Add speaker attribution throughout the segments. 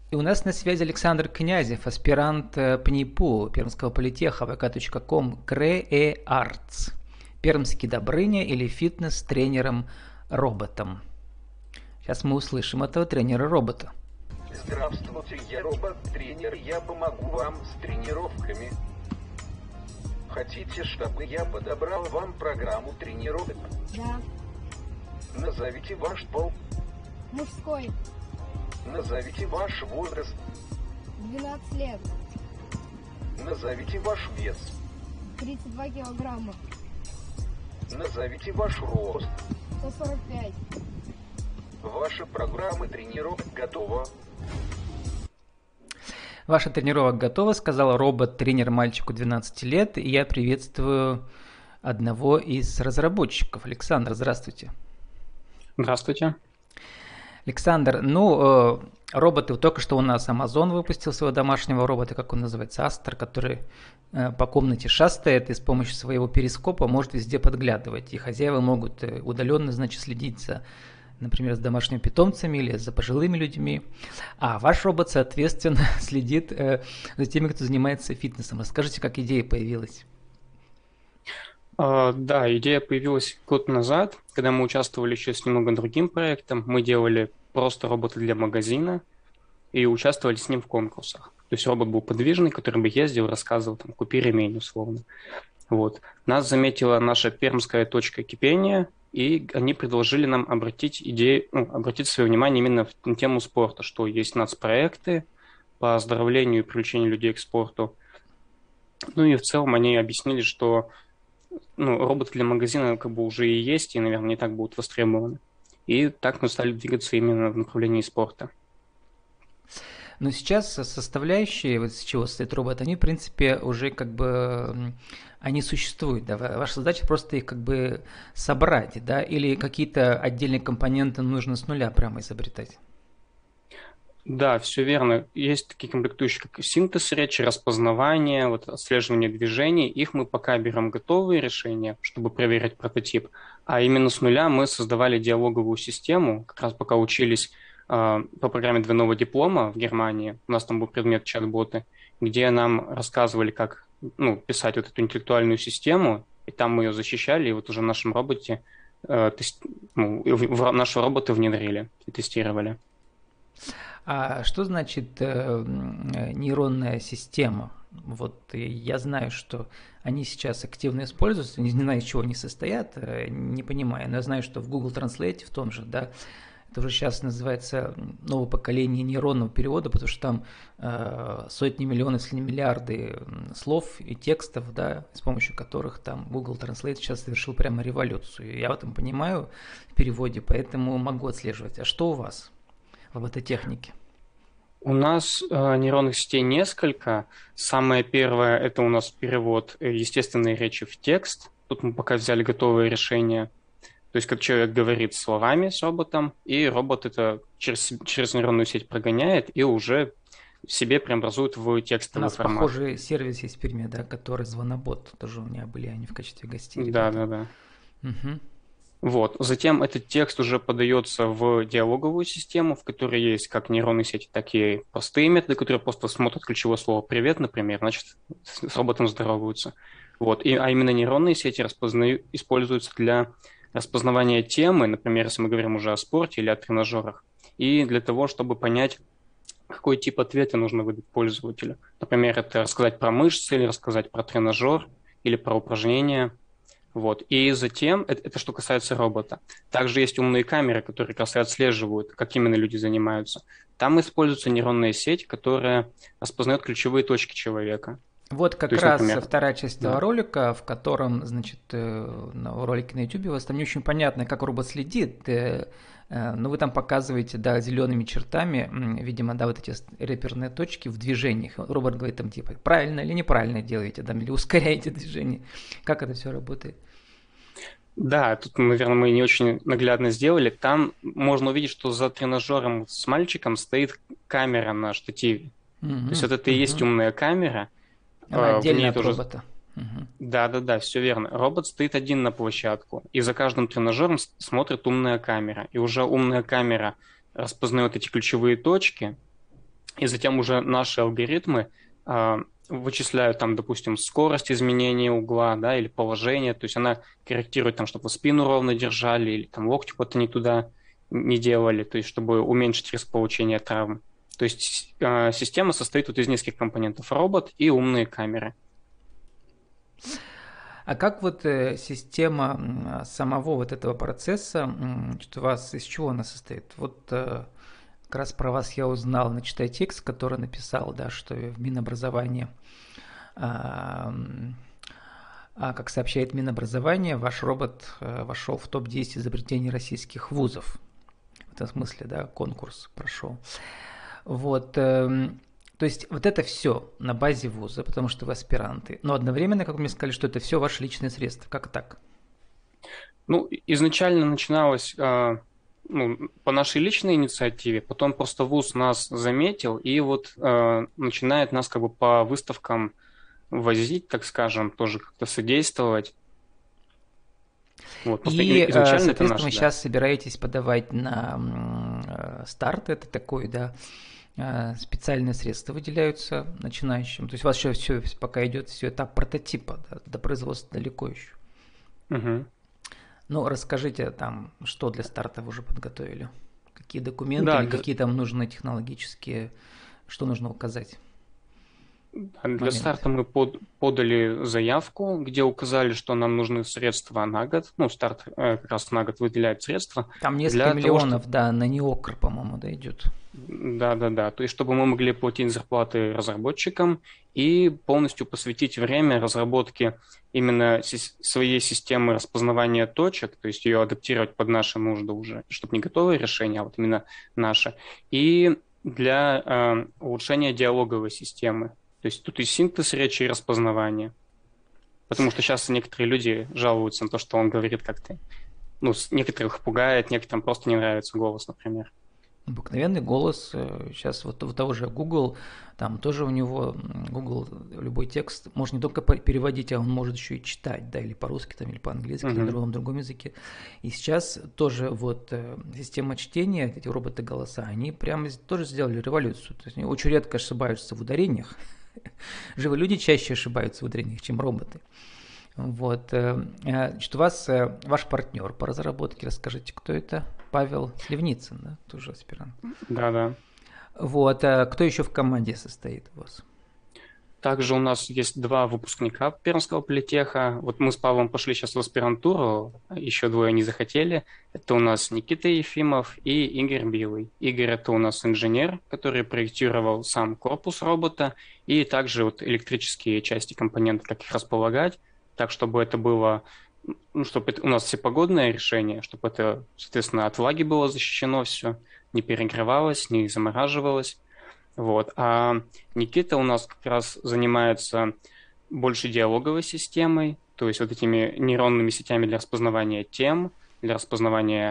Speaker 1: И у нас на связи Александр Князев, аспирант ПНИПУ Пермского политеха, vk.com, КРЭАРТС, пермский Добрыня или фитнес-тренером-роботом. Сейчас мы услышим этого тренера-робота.
Speaker 2: Здравствуйте, я робот-тренер, я помогу вам с тренировками. Хотите, чтобы я подобрал вам программу тренировок?
Speaker 3: Да.
Speaker 2: Назовите ваш пол.
Speaker 3: Мужской.
Speaker 2: Назовите ваш возраст.
Speaker 3: 12 лет.
Speaker 2: Назовите ваш вес.
Speaker 3: 32 килограмма.
Speaker 2: Назовите ваш рост.
Speaker 3: 145.
Speaker 2: Ваша программа тренировок готова.
Speaker 1: Ваша тренировка готова, сказал робот-тренер мальчику 12 лет, и я приветствую одного из разработчиков. Александр, здравствуйте.
Speaker 4: Здравствуйте.
Speaker 1: Александр, роботы, только что у нас Amazon выпустил своего домашнего робота, как он называется, Астер, который по комнате шастает и с помощью своего перископа может везде подглядывать. И хозяева могут удаленно, следить за, например, с домашними питомцами или за пожилыми людьми. А ваш робот, соответственно, следит за теми, кто занимается фитнесом. Расскажите, как идея появилась?
Speaker 4: Да, идея появилась год назад, когда мы участвовали еще с немного другим проектом. Мы делали просто робота для магазина и участвовали с ним в конкурсах. То есть робот был подвижный, который бы ездил, рассказывал, купи ремень условно. Вот. Нас заметила наша пермская точка кипения, и они предложили нам обратить свое внимание именно на тему спорта, что есть нацпроекты по оздоровлению и привлечению людей к спорту. И в целом они объяснили, что роботы для магазина уже и есть, и, наверное, не так будут востребованы. И так мы стали двигаться именно в направлении спорта.
Speaker 1: Но сейчас составляющие, из чего состоит робот, они, в принципе, уже они существуют. Да? Ваша задача просто их собрать, да? Или какие-то отдельные компоненты нужно с нуля прямо изобретать?
Speaker 4: Да, все верно. Есть такие комплектующие, как синтез речи, распознавание, отслеживание движений. Их мы пока берем готовые решения, чтобы проверить прототип. А именно с нуля мы создавали диалоговую систему, как раз пока учились по программе двойного диплома в Германии. У нас там был предмет чат-боты, где нам рассказывали, как писать эту интеллектуальную систему, и там мы ее защищали, и уже в нашем роботе наши роботы внедрили и тестировали.
Speaker 1: А что значит нейронная система? Я знаю, что они сейчас активно используются, не знаю, из чего они состоят, не понимаю, но я знаю, что в Google Translate, в том же, да, это уже сейчас называется новое поколение нейронного перевода, потому что там сотни миллионов, если не миллиарды слов и текстов, да, с помощью которых там Google Translate сейчас совершил прямо революцию. Я в этом понимаю в переводе, поэтому могу отслеживать. А что у вас в робототехнике?
Speaker 4: У нас нейронных сетей несколько. Самое первое – это у нас перевод естественной речи в текст. Тут мы пока взяли готовое решение. То есть как человек говорит словами с роботом, и робот это через нейронную сеть прогоняет и уже себе преобразует в текстовый формат.
Speaker 1: У нас похожий сервис есть в Перми, да, который звонобот. Тоже у меня были они в качестве гостей.
Speaker 4: Да.
Speaker 1: Угу.
Speaker 4: Затем этот текст уже подается в диалоговую систему, в которой есть как нейронные сети, так и простые методы, которые просто смотрят ключевое слово «привет», например, значит, с роботом здороваются. А именно нейронные сети используются для распознавания темы, например, если мы говорим уже о спорте или о тренажерах, и для того, чтобы понять, какой тип ответа нужно выдать пользователю. Например, это рассказать про мышцы, или рассказать про тренажер, или про упражнения. И затем, это что касается робота. Также есть умные камеры, которые как раз и отслеживают, как именно люди занимаются. Там используется нейронная сеть, которая распознает ключевые точки человека.
Speaker 1: Как раз, например, вторая часть этого ролика, в котором, на ролике на YouTube, у вас там не очень понятно, как робот следит. Но вы там показываете, да, зелеными чертами, видимо, да, эти реперные точки в движениях. Робот говорит там правильно или неправильно делаете, да, или ускоряете движение. Как это все работает?
Speaker 4: Да, тут, наверное, мы не очень наглядно сделали. Там можно увидеть, что за тренажером с мальчиком стоит камера на штативе. То есть это и есть умная камера.
Speaker 1: Она отдельно от робота.
Speaker 4: Да, все верно. Робот стоит один на площадку, и за каждым тренажером смотрит умная камера. И уже умная камера распознает эти ключевые точки и затем уже наши алгоритмы вычисляют там, допустим, скорость изменения угла, да, или положение, то есть она корректирует там, чтобы вы спину ровно держали, или там локти куда-то не туда не делали, то есть чтобы уменьшить риск получения травм. То есть система состоит вот из нескольких компонентов: робот и умные камеры.
Speaker 1: А как вот система самого вот этого процесса, у вас из чего она состоит? Вот как раз про вас я узнал, начитая текст, который написал, да, что в Минобразовании, как сообщает Минобразование, ваш робот вошел в топ-10 изобретений российских вузов. В этом смысле, да, конкурс прошел. Вот, то есть вот это все на базе вуза, потому что вы аспиранты, но одновременно, как вы мне сказали, что это все ваши личные средства. Как так?
Speaker 4: Ну, изначально начиналось по нашей личной инициативе, потом просто вуз нас заметил и вот начинает нас как бы по выставкам возить, так скажем, тоже как-то содействовать. Вот, просто
Speaker 1: И,
Speaker 4: изначально это
Speaker 1: соответственно,
Speaker 4: наш,
Speaker 1: вы
Speaker 4: да.
Speaker 1: сейчас собираетесь подавать на старт, это такой, да, специальные средства выделяются начинающим. То есть у вас еще все пока идет все этап прототипа, да, до производства далеко еще.
Speaker 4: Мгм.
Speaker 1: Ну, расскажите там, что для старта вы уже подготовили. Какие документы
Speaker 4: Да,
Speaker 1: или какие там нужны технологические, что нужно указать?
Speaker 4: для
Speaker 1: Моменты.
Speaker 4: старта мы подали заявку, где указали, что нам нужны средства на год. Ну, старт как раз на год выделяет средства
Speaker 1: Там несколько
Speaker 4: для того, чтобы...
Speaker 1: миллионов, да, на неокр, по-моему, да, идет.
Speaker 4: Да. То есть, чтобы мы могли платить зарплаты разработчикам и полностью посвятить время разработке именно своей системы распознавания точек, то есть ее адаптировать под наши нужды уже, чтобы не готовые решения, а вот именно наши. И для улучшения диалоговой системы. То есть тут и синтез речи, и распознавание. Потому что сейчас некоторые люди жалуются на то, что он говорит как-то, ну, некоторых пугает, некоторым просто не нравится голос, например.
Speaker 1: Обыкновенный голос, сейчас вот у того же Google, там тоже у него, Google любой текст может не только переводить, а он может еще и читать, да, или по-русски, там, или по-английски, или на
Speaker 4: Мгм.
Speaker 1: другом языке. И сейчас тоже вот система чтения, эти роботы-голоса, они прямо тоже сделали революцию. То есть они очень редко ошибаются в ударениях. Живые люди чаще ошибаются в ударениях, чем роботы. Вот. Значит, у вас ваш партнер по разработке, расскажите, кто это? Павел Сливницын, да, тоже аспирант.
Speaker 4: Да.
Speaker 1: Вот. Кто еще в команде состоит у вас?
Speaker 4: Также у нас есть два выпускника Пермского политеха. Вот мы с Павлом пошли сейчас в аспирантуру, еще двое не захотели. Это у нас Никита Ефимов и Игорь Билый. Игорь — это у нас инженер, который проектировал сам корпус робота и также вот электрические части, компоненты, как их располагать, так, чтобы это было, ну, чтобы у нас всепогодное решение, чтобы это, соответственно, от влаги было защищено все, не перегревалось, не замораживалось. Вот. А Никита у нас как раз занимается больше диалоговой системой, то есть вот этими нейронными сетями для распознавания тем, для распознавания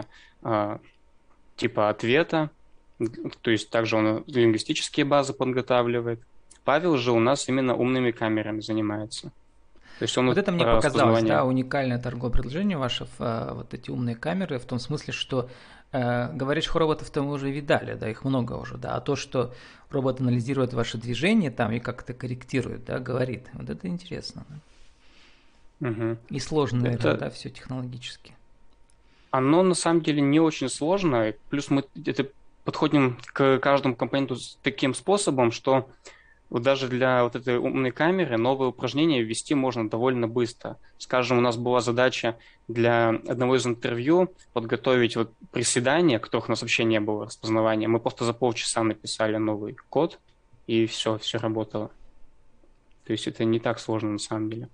Speaker 4: типа ответа, то есть также он лингвистические базы подготавливает. Павел же у нас именно умными камерами занимается. То есть он
Speaker 1: Вот
Speaker 4: вот
Speaker 1: это мне показалось, да,
Speaker 4: распознавание...
Speaker 1: уникальное торговое предложение ваше, вот эти умные камеры, в том смысле, что говорящих роботов-то мы уже видали, да, их много уже, да, а то, что робот анализирует ваши движения там и как-то корректирует, да, говорит, вот это интересно, да.
Speaker 4: Мгм.
Speaker 1: И сложно, наверное,
Speaker 4: Это
Speaker 1: да, все технологически.
Speaker 4: Оно на самом деле не очень сложно, плюс мы это подходим к каждому компоненту таким способом, что вот даже для вот этой умной камеры новые упражнения ввести можно довольно быстро. Скажем, у нас была задача для одного из интервью подготовить вот приседания, которых у нас вообще не было распознавания. Мы просто за полчаса написали новый код, и все работало. То есть это не так сложно на самом деле.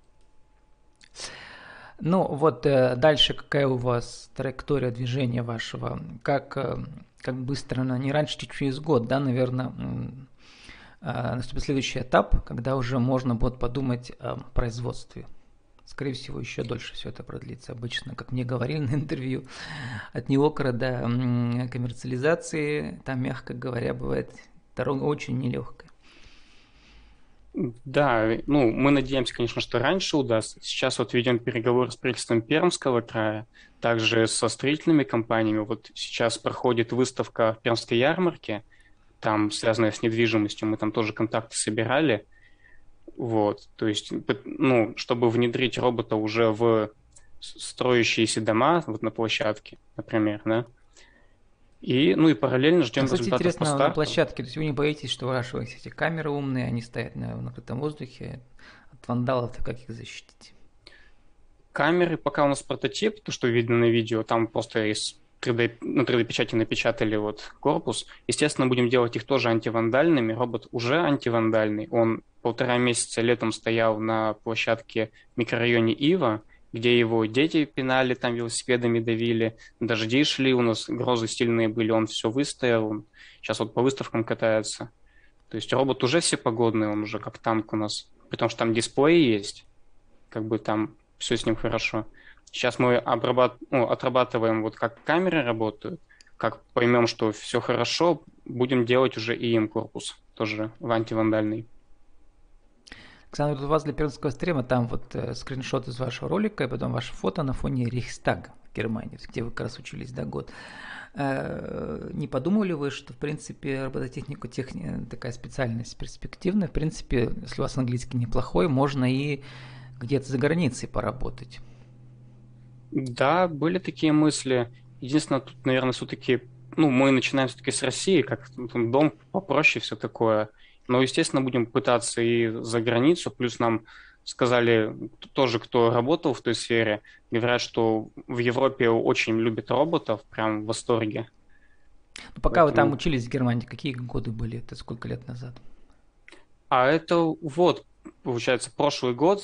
Speaker 1: Ну, вот дальше какая у вас траектория движения вашего? Как быстро она, не раньше, чуть через год, да, наверное, наступит следующий этап, когда уже можно будет подумать о производстве. Скорее всего, еще дольше все это продлится. Обычно, как мне говорили на интервью, от неокра до коммерциализации, там, мягко говоря, бывает дорога очень нелегкая.
Speaker 4: Да, ну, мы надеемся, конечно, что раньше удастся. Сейчас вот ведем переговоры с правительством Пермского края, также со строительными компаниями. Вот сейчас проходит выставка в Пермской ярмарке, там связанное с недвижимостью, мы там тоже контакты собирали. Вот, то есть, ну, чтобы внедрить робота уже в строящиеся дома, вот на площадке, например, да. И, ну, и параллельно ждем
Speaker 1: Кстати,
Speaker 4: результатов по
Speaker 1: интересно, на
Speaker 4: старту.
Speaker 1: площадке, то есть вы не боитесь, что ваши эти камеры умные, они стоят на открытом воздухе, от вандалов-то как их защитить?
Speaker 4: Камеры, пока у нас прототип, то, что видно на видео, там просто из 3D, на 3D-печати напечатали вот корпус. Естественно, будем делать их тоже антивандальными. Робот уже антивандальный. Он 1,5 месяца летом стоял на площадке в микрорайоне Ива, где его дети пинали, там велосипедами давили, дожди шли, у нас грозы сильные были, он все выстоял. Он сейчас вот по выставкам катается. То есть робот уже всепогодный, он уже как танк у нас. При том, что там дисплей есть, как бы там все с ним хорошо. Сейчас мы отрабатываем, вот как камеры работают, как поймем, что все хорошо, будем делать уже и им корпус, тоже в антивандальный.
Speaker 1: Александр, вот у вас для пермского стрима там вот скриншот из вашего ролика, и потом ваше фото на фоне Рейхстага в Германии, где вы как раз учились, да, год. Не подумали вы, что, в принципе, робототехнику такая специальность перспективная? В принципе, если у вас английский неплохой, можно и где-то за границей поработать.
Speaker 4: Да, были такие мысли. Единственное, тут, наверное, все-таки, ну, мы начинаем все-таки с России, как там дом попроще, все такое. Но, естественно, будем пытаться и за границу. Плюс нам сказали тоже, кто работал в той сфере, говорят, что в Европе очень любят роботов, прям в восторге.
Speaker 1: Но пока вы там
Speaker 4: Поэтому...
Speaker 1: учились в Германии, какие годы были? Это сколько лет назад?
Speaker 4: А это вот, получается, прошлый год,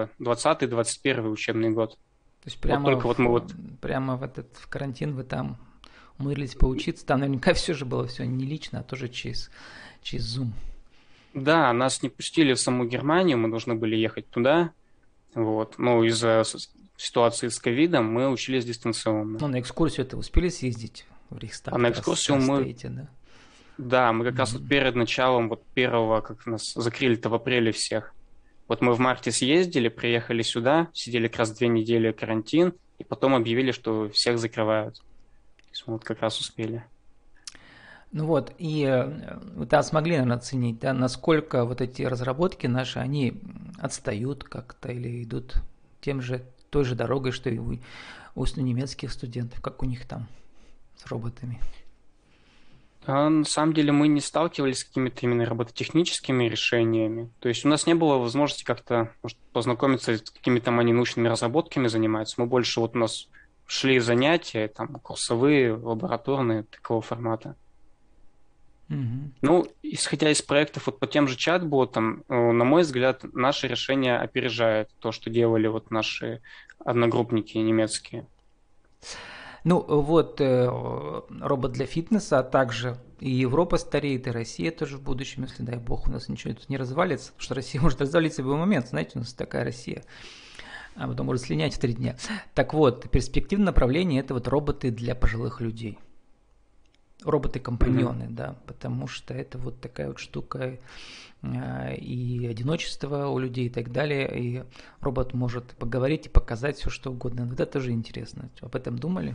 Speaker 4: 20-21 учебный год.
Speaker 1: То есть
Speaker 4: Вот только вот мы вот...
Speaker 1: прямо в карантин вы там умудрились поучиться. Там наверняка все же было все не лично, а тоже через Zoom.
Speaker 4: Да, нас не пустили в саму Германию, мы должны были ехать туда. Вот. Но из-за ситуации с ковидом мы учились дистанционно.
Speaker 1: Ну, на экскурсию это успели съездить в Рейхстаг,
Speaker 4: А на
Speaker 1: раз
Speaker 4: экскурсию мы...
Speaker 1: стоите, да?
Speaker 4: Да, мы как раз вот перед началом вот первого, как нас закрыли-то в апреле всех. Вот мы в марте съездили, приехали сюда, сидели как раз 2 недели карантин, и потом объявили, что всех закрывают. То есть мы вот как раз успели.
Speaker 1: Ну вот, и вы там смогли, наверное, оценить, да, насколько вот эти разработки наши, они отстают как-то или идут той же дорогой, что и у немецких студентов, как у них там с роботами.
Speaker 4: А на самом деле мы не сталкивались с какими-то именно робототехническими решениями. То есть у нас не было возможности как-то, может, познакомиться с какими-то там они научными разработками занимаются. Мы больше вот у нас шли занятия, там, курсовые, лабораторные, такого формата.
Speaker 1: Мгм.
Speaker 4: Ну, исходя из проектов вот по тем же чат-ботам, на мой взгляд, наше решение опережает то, что делали вот наши одногруппники немецкие.
Speaker 1: Ну вот, робот для фитнеса, а также и Европа стареет, и Россия тоже в будущем, если, дай бог, у нас ничего тут не развалится, потому что Россия может развалиться в любой момент, знаете, у нас такая Россия, а потом может слинять в 3 дня. Так вот, перспективное направление – это вот роботы для пожилых людей. Роботы-компаньоны, да, потому что это вот такая вот штука, и одиночество у людей и так далее, и робот может поговорить и показать все, что угодно. Вот это тоже интересно. Об этом думали?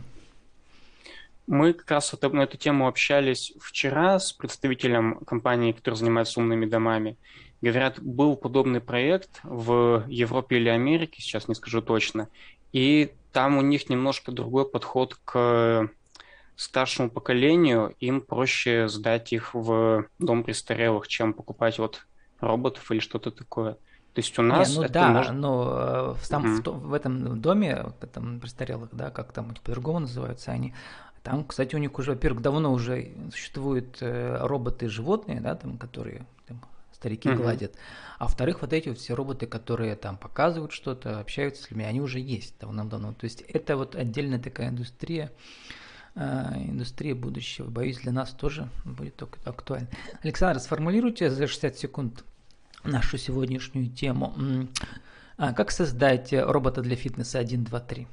Speaker 4: Мы как раз вот на эту тему общались вчера с представителем компании, которая занимается умными домами. Говорят, был подобный проект в Европе или Америке, сейчас не скажу точно, и там у них немножко другой подход к старшему поколению, им проще сдать их в дом престарелых, чем покупать вот роботов или что-то такое. То есть у
Speaker 1: Не,
Speaker 4: нас
Speaker 1: ну
Speaker 4: это
Speaker 1: да,
Speaker 4: может...
Speaker 1: но
Speaker 4: Мгм.
Speaker 1: в этом доме, в этом престарелых, да, как там по-другому называются они, там, кстати, у них уже, во-первых, давно уже существуют роботы-животные, да, там, которые там, старики
Speaker 4: Мгм.
Speaker 1: гладят, а во-вторых, вот эти вот все роботы, которые там показывают что-то, общаются с людьми, они уже есть давно-давно. То есть это вот отдельная такая индустрия будущего. Боюсь, для нас тоже будет только актуально. Александр, сформулируйте за 60 секунд нашу сегодняшнюю тему. Как создать робота для фитнеса 1, 2, 3?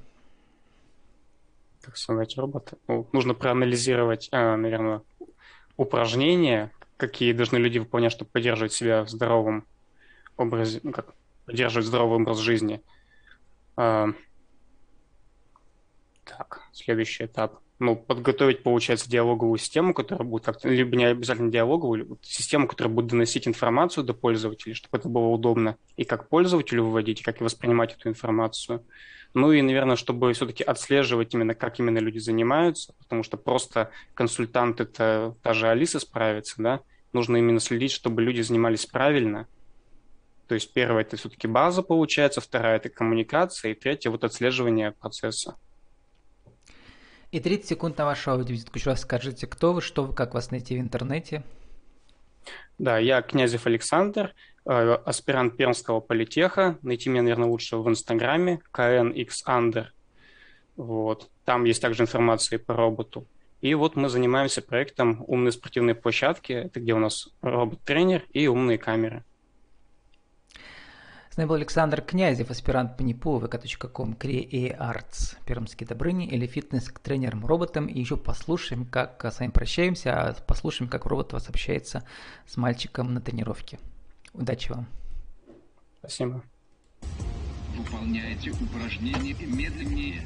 Speaker 4: Как создать робота? Ну, нужно проанализировать, наверное, упражнения, какие должны люди выполнять, чтобы поддерживать себя в здоровом образе, ну, как поддерживать здоровый образ жизни. А, Так, следующий этап. подготовить, получается, диалоговую систему, которая будет как-то, либо не обязательно диалоговую, либо систему, которая будет доносить информацию до пользователей, чтобы это было удобно и как пользователю выводить, и как и воспринимать эту информацию. Ну и, наверное, чтобы все-таки отслеживать именно, как именно люди занимаются, потому что просто консультант — это та же Алиса справится, да, нужно именно следить, чтобы люди занимались правильно. То есть первое — это все-таки база, получается, вторая — это коммуникация, и третье — вот отслеживание процесса.
Speaker 1: И 30 секунд на вашу аудиовизитку. Еще раз скажите, кто вы, что вы, как вас найти в интернете.
Speaker 4: Да, я Князев Александр, аспирант Пермского политеха. Найти меня, наверное, лучше в Инстаграме, knxander. Вот. Там есть также информация и по роботу. И вот мы занимаемся проектом «Умные спортивные площадки». Это где у нас робот-тренер и умные камеры.
Speaker 1: С нами был Александр Князев, аспирант по НИПУ, vk.com, CreARts, Пермский Добрыни, или фитнес к тренерам-роботам. И еще послушаем, как с вами прощаемся, а послушаем, как робот у вас общается с мальчиком на тренировке. Удачи вам.
Speaker 4: Спасибо.
Speaker 5: Выполняйте упражнения медленнее.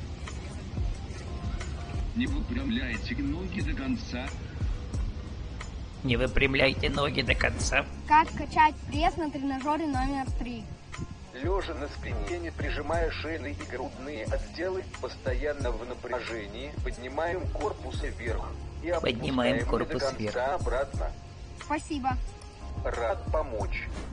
Speaker 5: Не выпрямляйте ноги до конца.
Speaker 1: Не выпрямляйте ноги до конца.
Speaker 3: Как качать пресс на тренажере номер 3?
Speaker 2: Лежа на спине, не прижимая шейные и грудные отделы, постоянно в напряжении, поднимаем корпус вверх и
Speaker 1: Поднимаем
Speaker 2: опускаем
Speaker 1: корпус
Speaker 2: до конца
Speaker 1: вверх.
Speaker 2: обратно.
Speaker 3: Спасибо.
Speaker 2: Рад помочь.